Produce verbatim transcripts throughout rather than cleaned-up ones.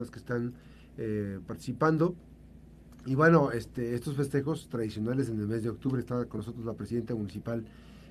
que están eh, participando. Y bueno, este, estos festejos tradicionales en el mes de octubre está con nosotros la presidenta municipal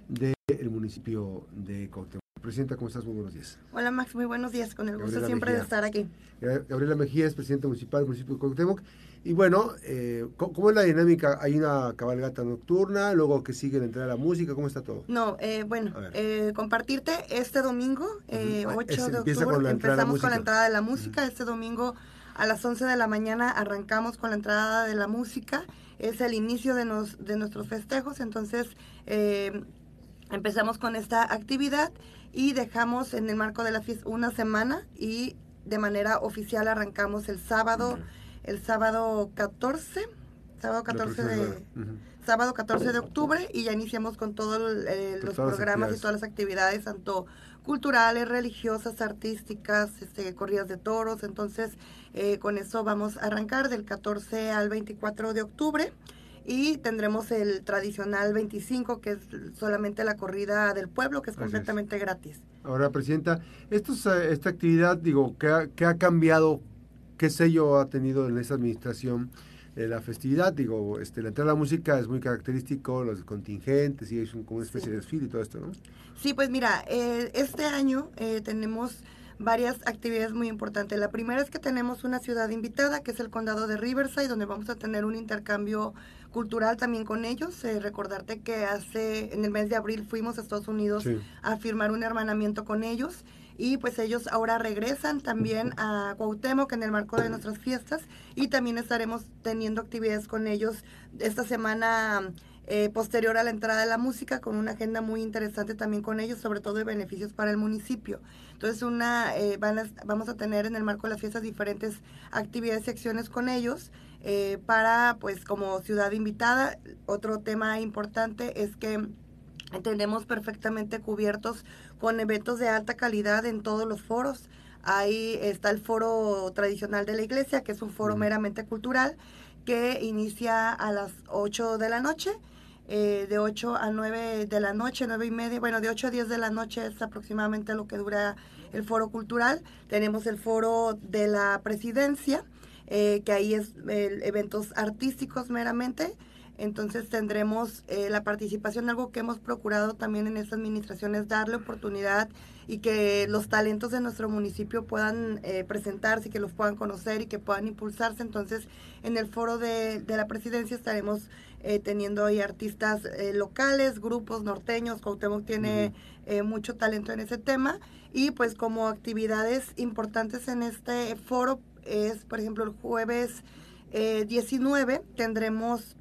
del municipio de Cuauhtémoc. Presidenta, ¿cómo estás? Muy buenos días. Hola Max, muy buenos días, con el gusto Gabriela siempre Mejía. de estar aquí. Gabriela Mejía es presidenta municipal del municipio de Cuauhtémoc. Y bueno, eh, ¿cómo es la dinámica? ¿Hay una cabalgata nocturna? Luego que sigue la entrada de la música, ¿cómo está todo? No, eh, bueno, eh, compartirte este domingo, eh, uh-huh. ocho es, de empieza octubre, con la entrada empezamos de con la entrada de la música. música. Uh-huh. Este domingo a las once de la mañana arrancamos con la entrada de la música. Es el inicio de, nos, de nuestros festejos, entonces eh, empezamos con esta actividad y dejamos en el marco de la fiesta una semana y de manera oficial arrancamos el sábado, uh-huh. el sábado catorce, sábado catorce de... Uh-huh. sábado catorce de octubre, y ya iniciamos con todos eh, los programas y todas las actividades, tanto culturales, religiosas, artísticas, este, corridas de toros. Entonces eh, con eso vamos a arrancar del catorce al veinticuatro de octubre, y tendremos el tradicional veinticinco, que es solamente la corrida del pueblo, que es completamente es. gratis. Ahora, presidenta, estos, esta actividad, digo, ¿qué ha, qué ha cambiado? ¿Qué sello ha tenido en esta administración eh, la festividad? Digo, este, la entrada a la música es muy característico, los contingentes, y es un, como una especie sí. de desfile y todo esto, ¿no? Sí, pues mira, eh, este año eh, tenemos varias actividades muy importantes. La primera es que tenemos una ciudad invitada, que es el condado de Riverside, donde vamos a tener un intercambio cultural también con ellos. Eh, recordarte que hace, en el mes de abril fuimos a Estados Unidos sí. a firmar un hermanamiento con ellos, y pues ellos ahora regresan también a Cuauhtémoc en el marco de nuestras fiestas, y también estaremos teniendo actividades con ellos esta semana Eh, posterior a la entrada de la música, con una agenda muy interesante también con ellos, sobre todo de beneficios para el municipio. Entonces una eh, van a, vamos a tener en el marco de las fiestas diferentes actividades y acciones con ellos eh, para, pues, como ciudad invitada. Otro tema importante es que tenemos perfectamente cubiertos con eventos de alta calidad en todos los foros. Ahí está el foro tradicional de la iglesia, que es un foro uh-huh. meramente cultural, que inicia a las ocho de la noche, eh, de ocho a nueve de la noche, nueve y media, bueno, de ocho a diez de la noche es aproximadamente lo que dura el foro cultural. Tenemos el foro de la presidencia, eh, que ahí es eh, eventos artísticos meramente. Entonces tendremos eh, la participación, algo que hemos procurado también en esta administración es darle oportunidad y que los talentos de nuestro municipio puedan eh, presentarse, que los puedan conocer y que puedan impulsarse. Entonces en el foro de, de la presidencia estaremos eh, teniendo ahí artistas eh, locales, grupos norteños. Cuauhtémoc tiene uh-huh. eh, mucho talento en ese tema, y pues como actividades importantes en este foro es, por ejemplo, el jueves eh, diecinueve tendremos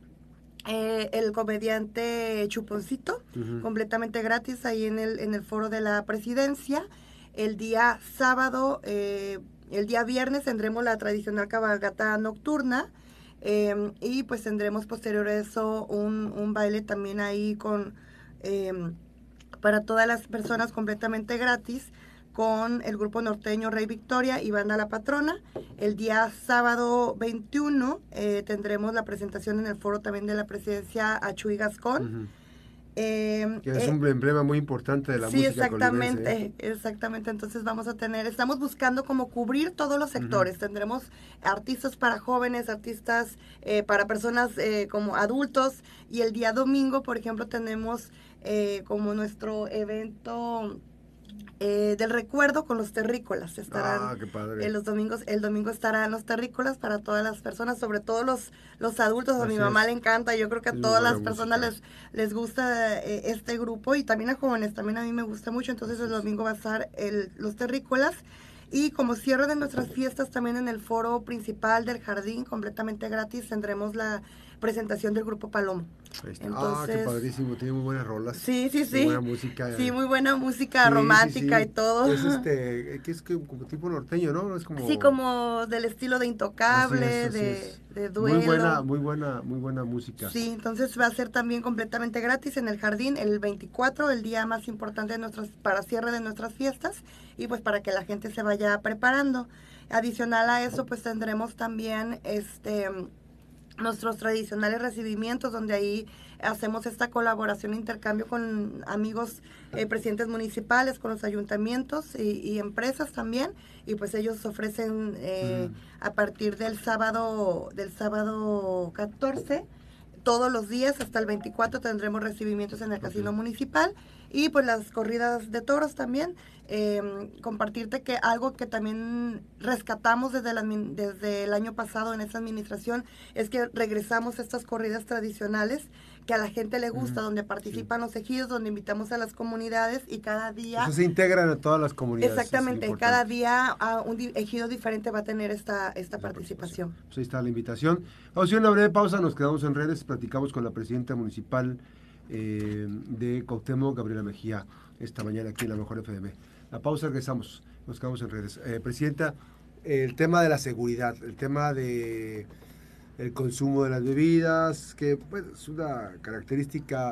Eh, el comediante Chuponcito, uh-huh. completamente gratis ahí en el, en el foro de la presidencia. El día sábado, eh, el día viernes tendremos la tradicional cabalgata nocturna, eh, y pues tendremos posterior a eso un, un baile también ahí con eh, para todas las personas completamente gratis, con el grupo norteño Rey Victoria y Banda La Patrona. El día sábado veintiuno eh, tendremos la presentación en el foro también de la presidencia a Chuy Gascón. Uh-huh. Eh, que es eh, un emblema muy importante de la sí, música exactamente, colimense, ¿eh? exactamente. Entonces vamos a tener, estamos buscando como cubrir todos los sectores. Uh-huh. Tendremos artistas para jóvenes, artistas eh, para personas eh, como adultos, y el día domingo, por ejemplo, tenemos eh, como nuestro evento Eh, del recuerdo con los terrícolas. Estarán ah, qué padre. Eh, los domingos, el domingo estarán los terrícolas para todas las personas, sobre todo los, los adultos. A Así mi mamá es. le encanta, yo creo que a es todas las personas les, les gusta eh, este grupo, y también a jóvenes, también a mí me gusta mucho. Entonces Así el domingo va a estar el, los terrícolas, y como cierre de nuestras fiestas también en el foro principal del jardín, completamente gratis, tendremos la presentación del grupo Palomo. Entonces, ah, qué padrísimo, tiene muy buenas rolas. Sí, sí, sí. Muy buena música. Sí, muy buena música sí, romántica sí, sí. y todo. Es este, que es que como tipo norteño, ¿no? Es como Sí, como del estilo de Intocable, así es, así de, es. de Duelo. Muy buena, muy buena, muy buena música. Sí, entonces va a ser también completamente gratis en el jardín el veinticuatro, el día más importante de nuestras, para cierre de nuestras fiestas, y pues para que la gente se vaya preparando. Adicional a eso, pues tendremos también este nuestros tradicionales recibimientos, donde ahí hacemos esta colaboración, intercambio con amigos eh, presidentes municipales, con los ayuntamientos y, y empresas también, y pues ellos ofrecen eh, mm. a partir del sábado, del sábado catorce, todos los días hasta el veinticuatro tendremos recibimientos en el okay. Casino Municipal, y pues las corridas de toros también. Eh, compartirte que algo que también rescatamos desde, la, desde el año pasado en esta administración es que regresamos a estas corridas tradicionales que a la gente le gusta, mm, donde participan sí. los ejidos, donde invitamos a las comunidades y cada día... Eso se integran a todas las comunidades. Exactamente, cada día a un ejido diferente va a tener esta, esta participación. Pues ahí está la invitación. Vamos a hacer una breve pausa, nos quedamos en redes, platicamos con la presidenta municipal eh, de Cuauhtémoc, Gabriela Mejía, esta mañana aquí en La Mejor F M. La pausa, regresamos, nos quedamos en redes. Eh, Presidenta, el tema de la seguridad, el tema de el consumo de las bebidas, que pues, es una característica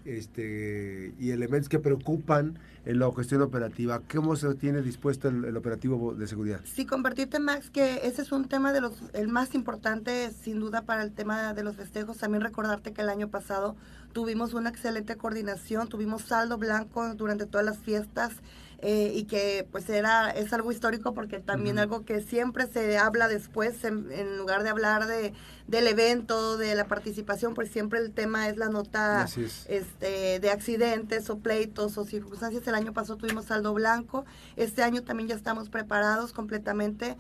este, y elementos que preocupan en la cuestión operativa. ¿Cómo se tiene dispuesto el, el operativo de seguridad? Sí, convertirte, Max, que ese es un tema de los el más importante, sin duda, para el tema de los festejos. También recordarte que el año pasado tuvimos una excelente coordinación, tuvimos saldo blanco durante todas las fiestas. Eh, y que pues era es algo histórico porque también uh-huh. algo que siempre se habla después en, en lugar de hablar de del evento, de la participación, pues siempre el tema es la nota es. este de accidentes o pleitos o circunstancias. El año pasado tuvimos saldo blanco, este año también ya estamos preparados completamente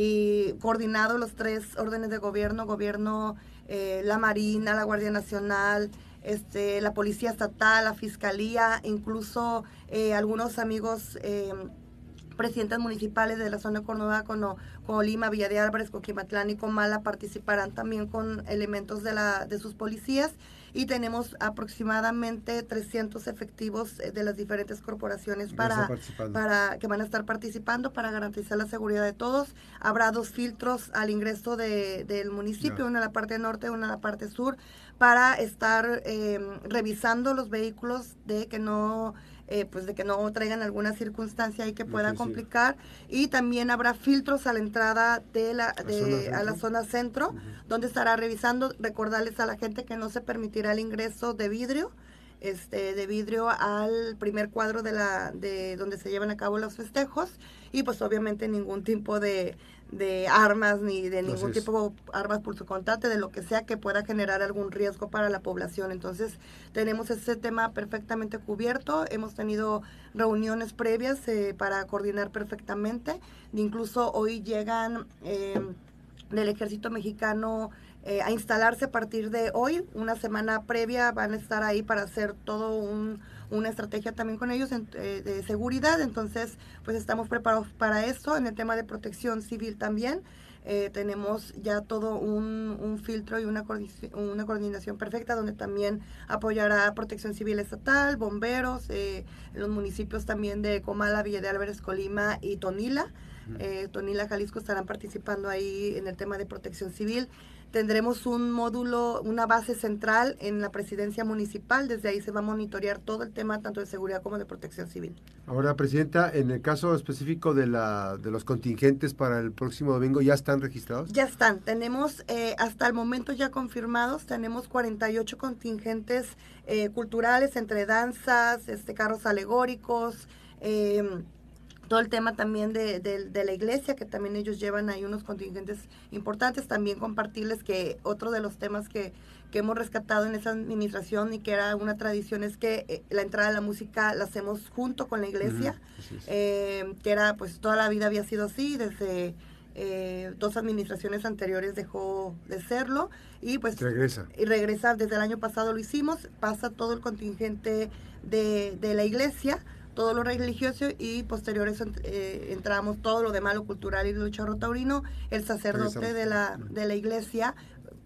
y coordinados los tres órdenes de gobierno, gobierno, eh, la Marina, la Guardia Nacional, Este, la Policía Estatal, la Fiscalía, incluso eh, algunos amigos eh, presidentes municipales de la zona de Córdoba, como Colima, Villa de Álvarez, Coquimatlán y Comala participarán también con elementos de, la, de sus policías, y tenemos aproximadamente trescientos efectivos de las diferentes corporaciones para, para que van a estar participando para garantizar la seguridad de todos. Habrá dos filtros al ingreso de, del municipio, no. uno en la parte norte, uno en la parte sur, para estar eh, revisando los vehículos de que no eh, pues de que no traigan alguna circunstancia ahí que pueda sí, complicar sí. Y también habrá filtros a la entrada de la, de, ¿La a la zona centro, uh-huh. donde estará revisando. Recordarles a la gente que no se permitirá el ingreso de vidrio este de vidrio al primer cuadro de la de donde se llevan a cabo los festejos, y pues obviamente ningún tipo de de armas ni de ningún tipo de armas por su contacto, de lo que sea que pueda generar algún riesgo para la población. Entonces tenemos ese tema perfectamente cubierto, hemos tenido reuniones previas eh, para coordinar perfectamente, incluso hoy llegan eh, del Ejército Mexicano eh, a instalarse a partir de hoy, una semana previa van a estar ahí para hacer todo un una estrategia también con ellos en, eh, de seguridad. Entonces pues estamos preparados para eso. En el tema de protección civil también eh, tenemos ya todo un, un filtro y una, una coordinación perfecta, donde también apoyará Protección Civil Estatal, bomberos, eh, los municipios también de Comala, Villa de Álvarez, Colima y Tonila. Eh, Tonila, Jalisco estarán participando ahí en el tema de protección civil. Tendremos un módulo, una base central en la presidencia municipal. Desde ahí se va a monitorear todo el tema, tanto de seguridad como de protección civil. Ahora, Presidenta, en el caso específico de la de los contingentes para el próximo domingo, ¿ya están registrados? Ya están. Tenemos, eh, hasta el momento ya confirmados, tenemos cuarenta y ocho contingentes eh, culturales, entre danzas, este carros alegóricos, eh, todo el tema también de, de, de la iglesia, que también ellos llevan ahí unos contingentes importantes. También compartirles que otro de los temas que, que hemos rescatado en esa administración y que era una tradición es que eh, la entrada de la música la hacemos junto con la iglesia, uh-huh. eh, que era pues toda la vida había sido así, desde eh, dos administraciones anteriores dejó de serlo, y pues regresa. Y regresa, desde el año pasado lo hicimos, pasa todo el contingente de, de la iglesia, todo lo religioso, y posteriores eh, entramos todo lo demás, lo cultural y lo charro taurino. El sacerdote de la de la iglesia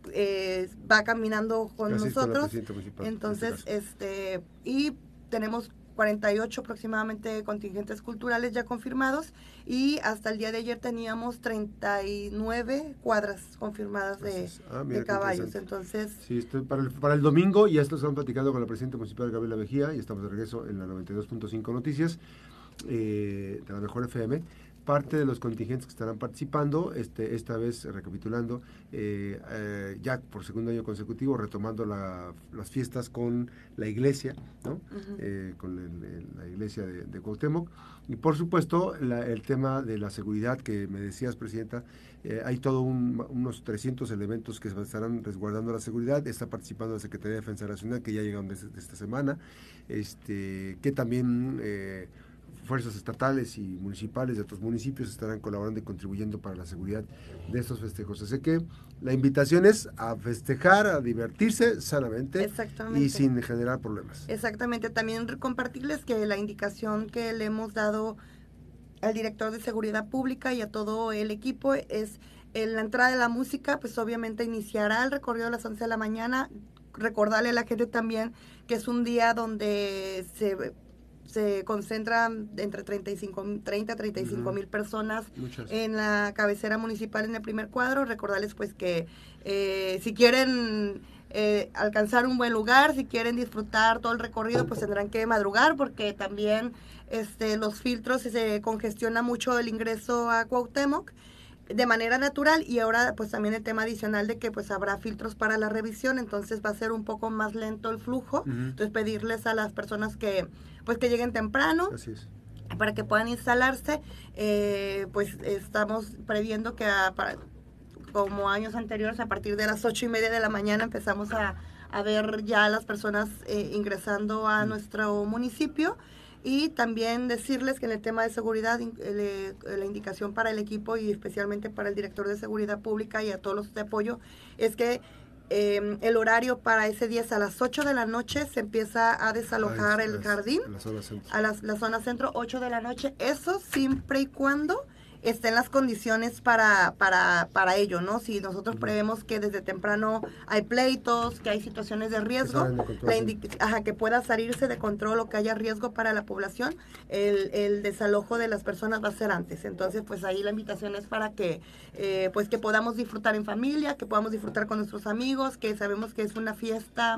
eh, va caminando con Así nosotros, con entonces este, este y tenemos cuarenta y ocho aproximadamente contingentes culturales ya confirmados, y hasta el día de ayer teníamos treinta y nueve cuadras confirmadas de, ah, mira, de caballos. Entonces, sí, esto para el, para el domingo, ya esto estamos platicando con la presidenta municipal Gabriela Mejía, y estamos de regreso en la noventa y dos punto cinco Noticias, eh, de La Mejor F M. parte de los contingentes que estarán participando, este, esta vez recapitulando, eh, eh, ya por segundo año consecutivo, retomando la, las fiestas con la iglesia, ¿no? Uh-huh. eh, con el, el, la iglesia de, de Cuauhtémoc, y por supuesto la, el tema de la seguridad que me decías, Presidenta, eh, hay todo un, unos trescientos elementos que estarán resguardando la seguridad, está participando la Secretaría de Defensa Nacional, que ya llegaron de, de esta semana, este, que también... Eh, fuerzas estatales y municipales de otros municipios estarán colaborando y contribuyendo para la seguridad de estos festejos. Así que la invitación es a festejar, a divertirse sanamente y sin generar problemas. Exactamente. También compartirles que la indicación que le hemos dado al director de Seguridad Pública y a todo el equipo es en la entrada de la música, pues obviamente iniciará el recorrido a las once de la mañana. Recordarle a la gente también que es un día donde se... se concentran entre treinta y cinco, treinta a treinta y cinco uh-huh. mil personas Muchas. En la cabecera municipal en el primer cuadro. Recordarles pues que eh, si quieren eh, alcanzar un buen lugar, si quieren disfrutar todo el recorrido, pues tendrán que madrugar porque también este, los filtros se congestiona mucho el ingreso a Cuauhtémoc de manera natural, y ahora pues también el tema adicional de que pues habrá filtros para la revisión, entonces va a ser un poco más lento el flujo. Uh-huh. Entonces pedirles a las personas que pues que lleguen temprano. Así es. Para que puedan instalarse. Eh, pues estamos previendo que a, para, como años anteriores, a partir de las ocho y media de la mañana empezamos a, a ver ya las personas eh, ingresando a uh-huh. nuestro municipio. Y también decirles que en el tema de seguridad, eh, la indicación para el equipo y especialmente para el director de Seguridad Pública y a todos los de apoyo, es que eh, el horario para ese día es a las ocho de la noche, se empieza a desalojar ah, es, el jardín, a la zona centro, a las, la zona centro, ocho de la noche, eso siempre y cuando estén las condiciones para, para, para ello, ¿no? Si nosotros uh-huh. prevemos que desde temprano hay pleitos, que hay situaciones de riesgo, de control, la indi- ajá, que pueda salirse de control o que haya riesgo para la población, el, el desalojo de las personas va a ser antes. Entonces, pues ahí la invitación es para que, eh, pues que podamos disfrutar en familia, que podamos disfrutar con nuestros amigos, que sabemos que es una fiesta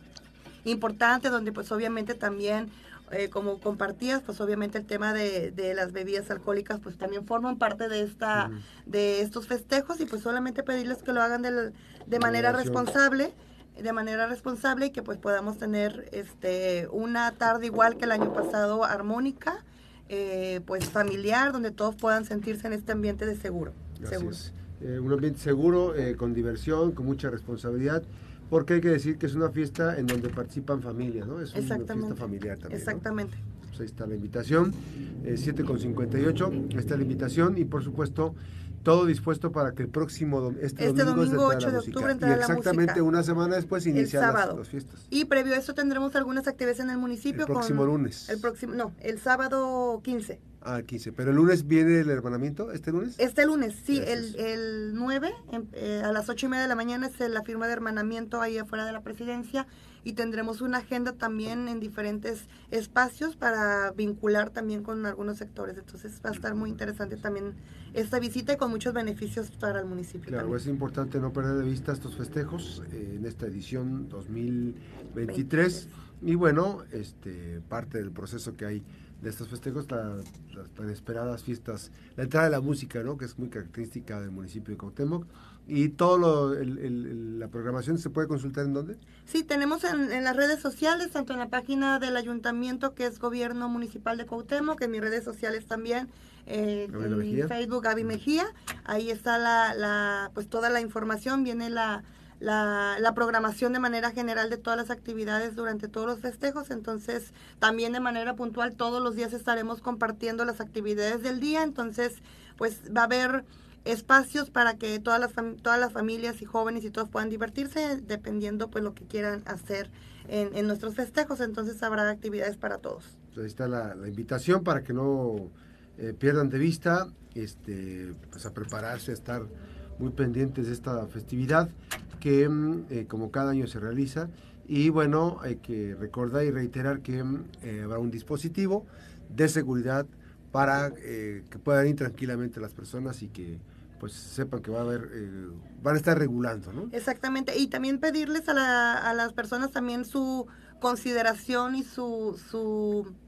importante donde pues obviamente también... Eh, como compartías, pues obviamente el tema de, de las bebidas alcohólicas pues también forman parte de esta uh-huh. de estos festejos, y pues solamente pedirles que lo hagan de, de manera responsable de manera responsable y que pues podamos tener este una tarde igual que el año pasado, armónica, eh, pues familiar, donde todos puedan sentirse en este ambiente de seguro. Así seguro. es. Eh, un ambiente seguro, eh, con diversión, con mucha responsabilidad. Porque hay que decir que es una fiesta en donde participan familias, ¿no? Es una fiesta familiar también. Exactamente. ¿No? Pues ahí está la invitación, eh, siete con cincuenta y ocho, está la invitación y por supuesto todo dispuesto para que el próximo, este, este domingo, domingo es de ocho de octubre entrará y exactamente una semana después inician las, las fiestas. Y previo a eso tendremos algunas actividades en el municipio. El próximo con lunes. El próximo, no, el sábado quince. Ah, quince. ¿Pero el lunes viene el hermanamiento? ¿Este lunes? Este lunes, sí. El, el nueve, eh, a las ocho y media de la mañana es la firma de hermanamiento ahí afuera de la presidencia, y tendremos una agenda también en diferentes espacios para vincular también con algunos sectores. Entonces va a estar muy interesante también esta visita y con muchos beneficios para el municipio. Claro, también. Es importante no perder de vista estos festejos eh, en esta edición dos mil veintitrés. veintitrés. Y bueno, este parte del proceso que hay de estos festejos, la, las tan esperadas fiestas, la entrada de la música, ¿no? Que es muy característica del municipio de Cuauhtémoc, y todo lo, el, el, la programación se puede consultar ¿en dónde? Sí, tenemos en, en las redes sociales, tanto en la página del ayuntamiento, que es Gobierno Municipal de Cuauhtémoc, en mis redes sociales también, eh, en mi Facebook, Gaby Mejía, ahí está la, la, pues toda la información, viene la La, la programación de manera general de todas las actividades durante todos los festejos. Entonces también de manera puntual todos los días estaremos compartiendo las actividades del día, entonces pues va a haber espacios para que todas las fam- todas las familias y jóvenes y todos puedan divertirse dependiendo pues lo que quieran hacer en, en nuestros festejos. Entonces habrá actividades para todos. Ahí está la, la invitación para que no eh, pierdan de vista, este pues a prepararse, a estar muy pendientes de esta festividad que eh, como cada año se realiza. Y bueno, hay que recordar y reiterar que eh, habrá un dispositivo de seguridad para eh, que puedan ir tranquilamente las personas y que pues sepan que va a haber, eh, van a estar regulando, ¿no? Exactamente, y también pedirles a, la, a las personas también su consideración y su, su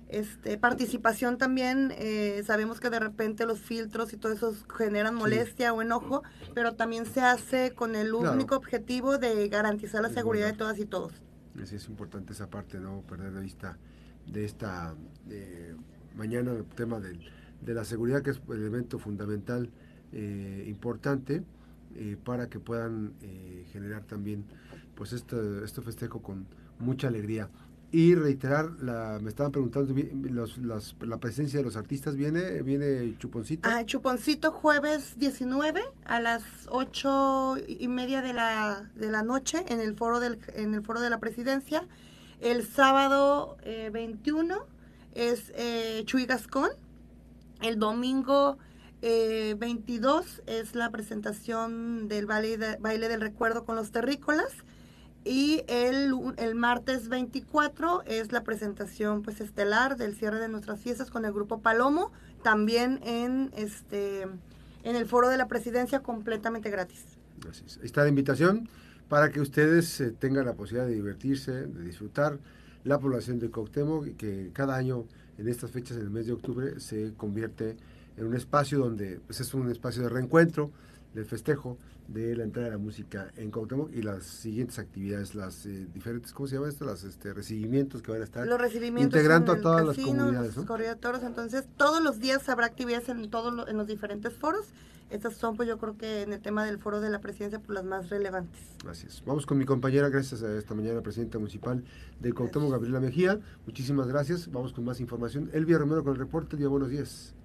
Este, participación también, eh, sabemos que de repente los filtros y todo eso generan molestia sí. o enojo, pero también se hace con el claro. único objetivo de garantizar la es seguridad bueno. de todas y todos. Sí, es importante esa parte, no perder de vista de esta eh, mañana el tema del, de la seguridad, que es un elemento fundamental, eh, importante, eh, para que puedan eh, generar también pues este, este festejo con mucha alegría. Y reiterar, la, me estaban preguntando, los, los, la presencia de los artistas, ¿viene viene Chuponcito? Ah, Chuponcito jueves diecinueve a las ocho y media de la, de la noche en el foro del en el foro de la presidencia. El sábado eh, veintiuno es eh, Chuy Gascón. El domingo eh, veintidós es la presentación del baile, de, baile del recuerdo con los terrícolas. Y el, el martes veinticuatro es la presentación pues estelar del cierre de nuestras fiestas con el grupo Palomo, también en este en el foro de la presidencia, completamente gratis. Así es. Ahí está la invitación para que ustedes eh, tengan la posibilidad de divertirse, de disfrutar. La población de Cuauhtémoc, que cada año en estas fechas, en el mes de octubre, se convierte en un espacio donde pues, es un espacio de reencuentro, del festejo de la entrada de la música en Cuauhtémoc y las siguientes actividades, las eh, diferentes, ¿cómo se llama esto? Los este, recibimientos que van a estar los recibimientos integrando a todas casino, las comunidades, los ¿no? corredores, entonces todos los días habrá actividades en todos los, en los diferentes foros. Estas son, pues yo creo que en el tema del foro de la presidencia, pues las más relevantes. Así es. Vamos con mi compañera, gracias a esta mañana, presidenta municipal de Cuauhtémoc, Gabriela Mejía. Muchísimas gracias. Vamos con más información. Elvia Romero con el reporte. Elvia, buenos días.